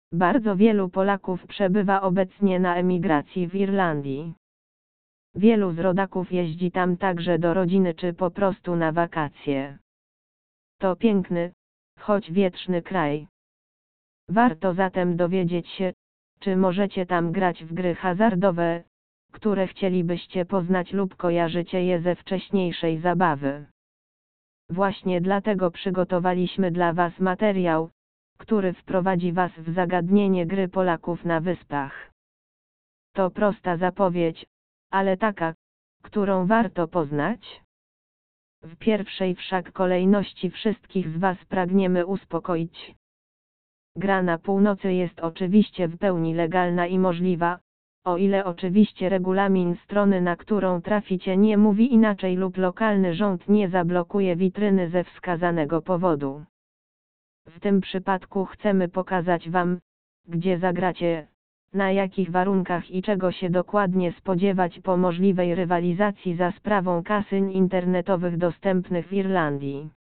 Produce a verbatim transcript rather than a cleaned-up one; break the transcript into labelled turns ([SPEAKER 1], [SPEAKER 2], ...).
[SPEAKER 1] Bardzo wielu Polaków przebywa obecnie na emigracji w Irlandii. Wielu z rodaków jeździ tam także do rodziny czy po prostu na wakacje. To piękny, choć wietrzny kraj. Warto zatem dowiedzieć się, czy możecie tam grać w gry hazardowe, które chcielibyście poznać lub kojarzycie je ze wcześniejszej zabawy. Właśnie dlatego przygotowaliśmy dla Was materiał, który wprowadzi Was w zagadnienie gry Polaków na wyspach. To prosta zapowiedź, ale taka, którą warto poznać. W pierwszej wszak kolejności wszystkich z Was pragniemy uspokoić. Gra na północy jest oczywiście w pełni legalna i możliwa, o ile oczywiście regulamin strony, na którą traficie, nie mówi inaczej lub lokalny rząd nie zablokuje witryny ze wskazanego powodu. W tym przypadku chcemy pokazać Wam, gdzie zagracie, na jakich warunkach i czego się dokładnie spodziewać po możliwej rywalizacji za sprawą kasyn internetowych dostępnych w Irlandii.